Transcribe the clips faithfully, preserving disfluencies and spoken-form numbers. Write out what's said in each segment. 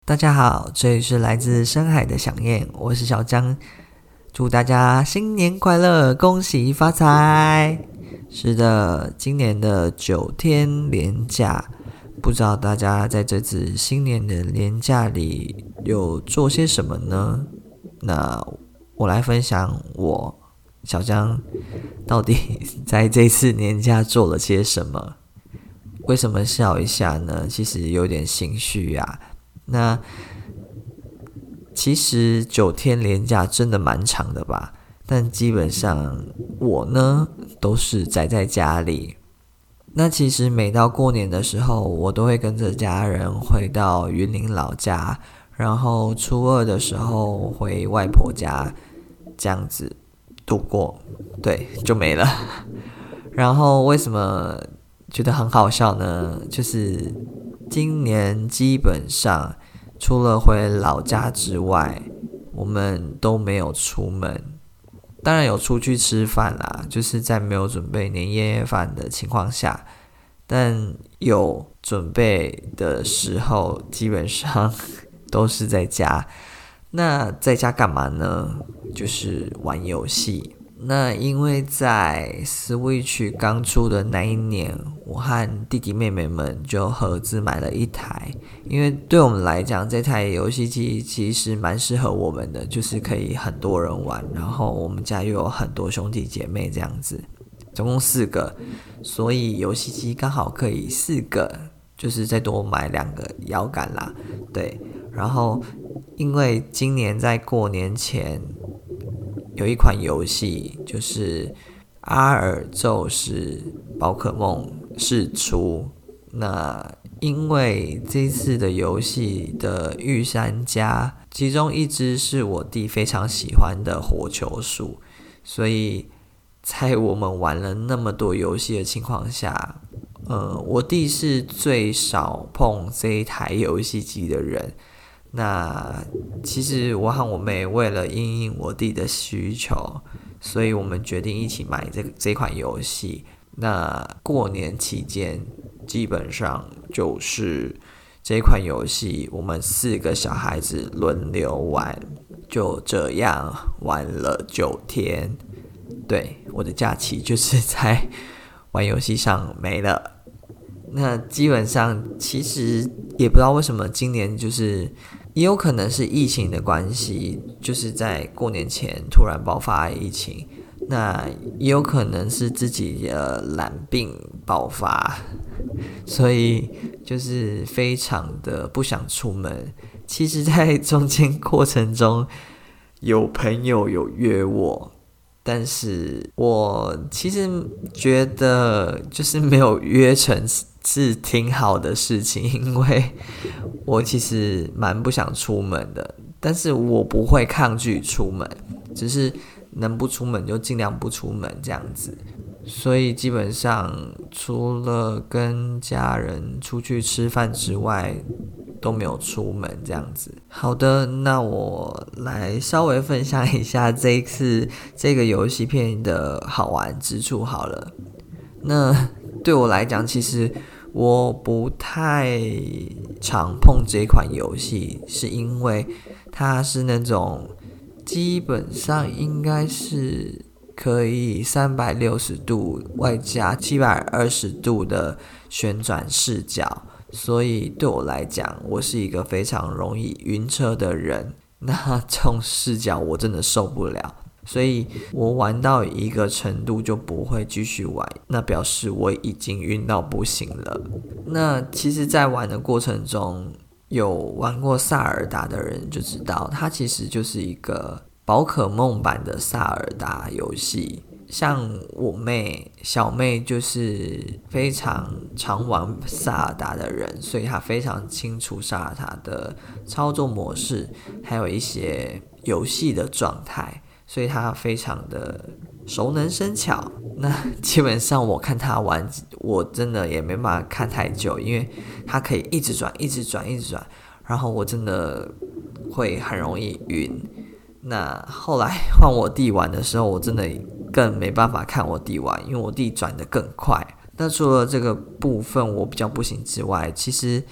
大家好，这里是来自深海的响燕，我是小江，祝大家新年快乐，恭喜发财。是的，今年的九天连假，不知道大家在这次新年的连假里有做些什么呢？那我来分享我小江到底在这次年假做了些什么。为什么笑一下呢？其实有点心虚啊。那其实九天连假真的蛮长的吧，但基本上我呢都是宅在家里。那其实每到过年的时候，我都会跟着家人回到云林老家，然后初二的时候回外婆家，这样子度过，对，就没了。然后为什么觉得很好笑呢？就是今年基本上除了回老家之外，我们都没有出门。当然有出去吃饭啦，就是在没有准备年夜饭的情况下，但有准备的时候基本上都是在家。那在家干嘛呢？就是玩游戏。那因为在 Switch 刚出的那一年，我和弟弟妹妹们就合资买了一台，因为对我们来讲，这台游戏机其实蛮适合我们的，就是可以很多人玩，然后我们家又有很多兄弟姐妹这样子，总共四个，所以游戏机刚好可以四个，就是再多买两个摇杆啦，对。然后因为今年在过年前有一款游戏，就是阿尔宙斯宝可梦释出。那因为这次的游戏的御三家，其中一只是我弟非常喜欢的火球术，所以在我们玩了那么多游戏的情况下，呃，我弟是最少碰这一台游戏机的人。那其实我和我妹为了因应我弟的需求，所以我们决定一起买这这款游戏。那过年期间基本上就是这款游戏我们四个小孩子轮流玩，就这样玩了九天。对，我的假期就是在玩游戏上没了。那基本上其实也不知道为什么今年就是也有可能是疫情的关系，就是在过年前突然爆发疫情，那也有可能是自己的染病爆发，所以就是非常的不想出门。其实在中间过程中有朋友有约我，但是我其实觉得就是没有约成是挺好的事情，因为我其实蛮不想出门的，但是我不会抗拒出门，只是能不出门就尽量不出门这样子。所以基本上除了跟家人出去吃饭之外，都没有出门这样子。好的，那我来稍微分享一下这一次这个游戏片的好玩之处好了。那对我来讲，其实我不太常碰这款游戏，是因为它是那种基本上应该是可以三百六十度外加七百二十度的旋转视角，所以对我来讲，我是一个非常容易晕车的人。那这种视角我真的受不了，所以我玩到一个程度就不会继续玩，那表示我已经晕到不行了。那其实在玩的过程中，有玩过萨尔达的人就知道，它其实就是一个宝可梦版的萨尔达游戏。像我妹小妹就是非常常玩萨尔达的人，所以她非常清楚萨尔达的操作模式，还有一些游戏的状态，所以他非常的熟能生巧。那基本上我看他玩，我真的也没办法看太久，因为他可以一直转一直转一直转，然后我真的会很容易晕。那后来换我弟玩的时候，我真的更没办法看我弟玩，因为我弟转得更快。那除了这个部分我比较不行之外，其实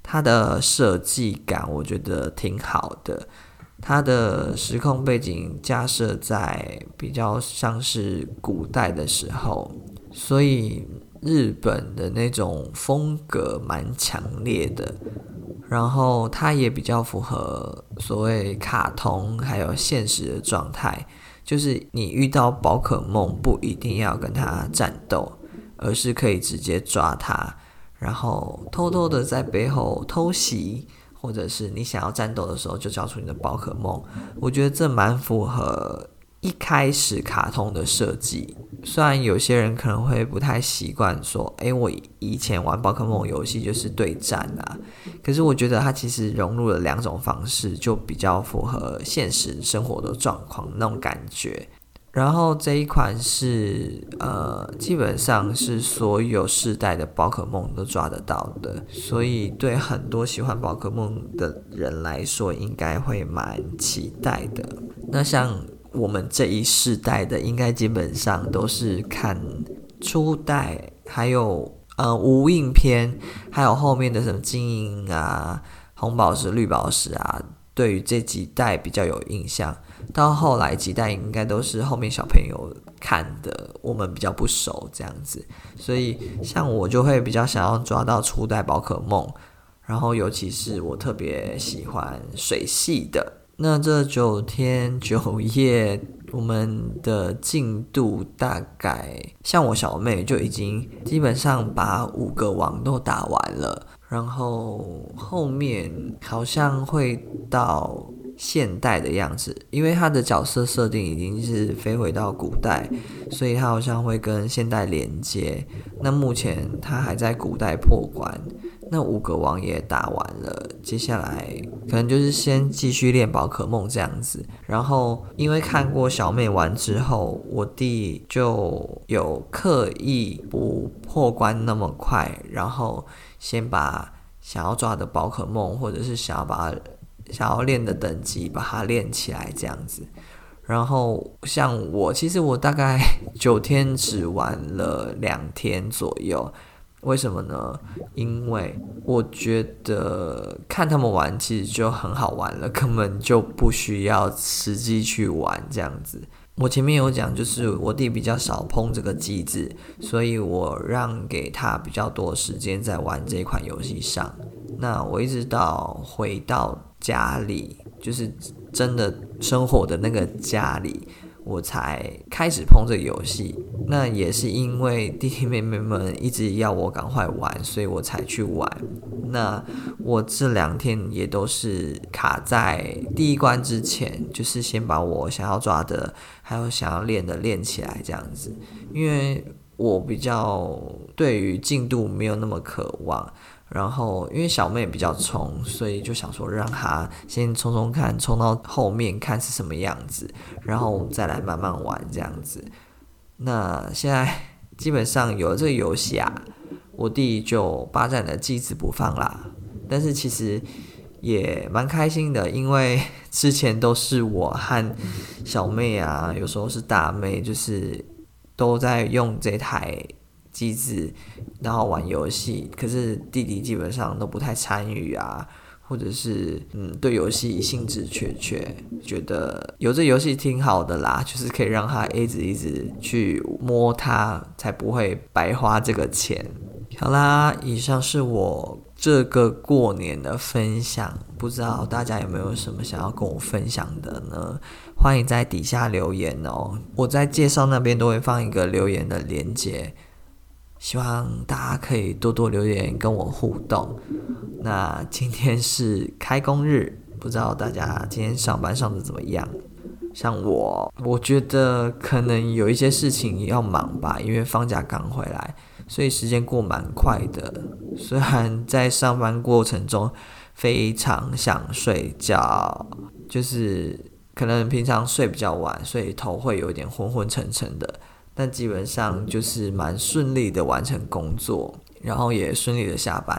它的设计感我觉得挺好的，它的时空背景架设在比较像是古代的时候，所以日本的那种风格蛮强烈的，然后它也比较符合所谓卡通还有现实的状态，就是你遇到宝可梦不一定要跟它战斗，而是可以直接抓它，然后偷偷的在背后偷袭，或者是你想要战斗的时候就交出你的宝可梦。我觉得这蛮符合一开始卡通的设计，虽然有些人可能会不太习惯说诶我以前玩宝可梦游戏就是对战啊，可是我觉得它其实融入了两种方式，就比较符合现实生活的状况那种感觉。然后这一款是呃，基本上是所有世代的宝可梦都抓得到的，所以对很多喜欢宝可梦的人来说应该会蛮期待的。那像我们这一世代的应该基本上都是看初代还有呃无印篇，还有后面的什么金银啊、红宝石、绿宝石啊，对于这几代比较有印象，到后来几代应该都是后面小朋友看的，我们比较不熟这样子，所以像我就会比较想要抓到初代宝可梦，然后尤其是我特别喜欢水系的。那这九天九夜我们的进度大概像我小妹就已经基本上把五个王都打完了，然后后面好像会到现代的样子，因为他的角色设定已经是飞回到古代，所以他好像会跟现代连接。那目前他还在古代破关，那五个王也打完了，接下来可能就是先继续练宝可梦这样子。然后因为看过小妹玩之后，我弟就有刻意不破关那么快，然后先把想要抓的宝可梦或者是想要把它想要练的等级把它练起来这样子。然后像我其实我大概九天只玩了两天左右，为什么呢？因为我觉得看他们玩其实就很好玩了，根本就不需要实际去玩这样子。我前面有讲就是我弟比较少碰这个机制，所以我让给他比较多时间在玩这款游戏上。那我一直到回到家里，就是真的生活的那个家里，我才开始碰这个游戏。那也是因为弟弟妹妹们一直要我赶快玩，所以我才去玩。那我这两天也都是卡在第一关之前，就是先把我想要抓的还有想要练的练起来这样子。因为我比较对于进度没有那么渴望，然后因为小妹比较冲，所以就想说让她先冲冲看，冲到后面看是什么样子，然后我们再来慢慢玩这样子。那现在基本上有了这个游戏啊，我弟就霸占了机子不放啦。但是其实也蛮开心的，因为之前都是我和小妹啊，有时候是大妹，就是都在用这台机子然后玩游戏，可是弟弟基本上都不太参与啊，或者是嗯对游戏兴致缺缺，觉得有这游戏挺好的啦，就是可以让他一直一直去摸它，才不会白花这个钱。好啦，以上是我这个过年的分享，不知道大家有没有什么想要跟我分享的呢？欢迎在底下留言哦，我在介绍那边都会放一个留言的连结，希望大家可以多多留言跟我互动。那今天是开工日，不知道大家今天上班上的怎么样？像我，我觉得可能有一些事情要忙吧，因为放假刚回来，所以时间过蛮快的。虽然在上班过程中非常想睡觉，就是可能平常睡比较晚，所以头会有点昏昏沉沉的，但基本上就是蛮顺利的完成工作，然后也顺利的下班了。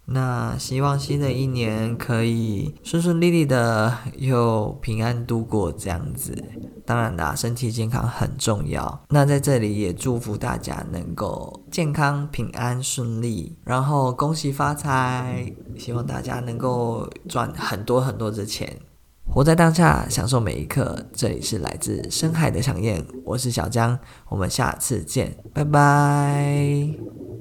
那希望新的一年可以顺顺利利的又平安度过这样子。当然啦，身体健康很重要。那在这里也祝福大家能够健康平安顺利，然后恭喜发财，希望大家能够赚很多很多的钱。活在当下，享受每一刻。这里是来自深海的想念，我是小江，我们下次见，拜拜。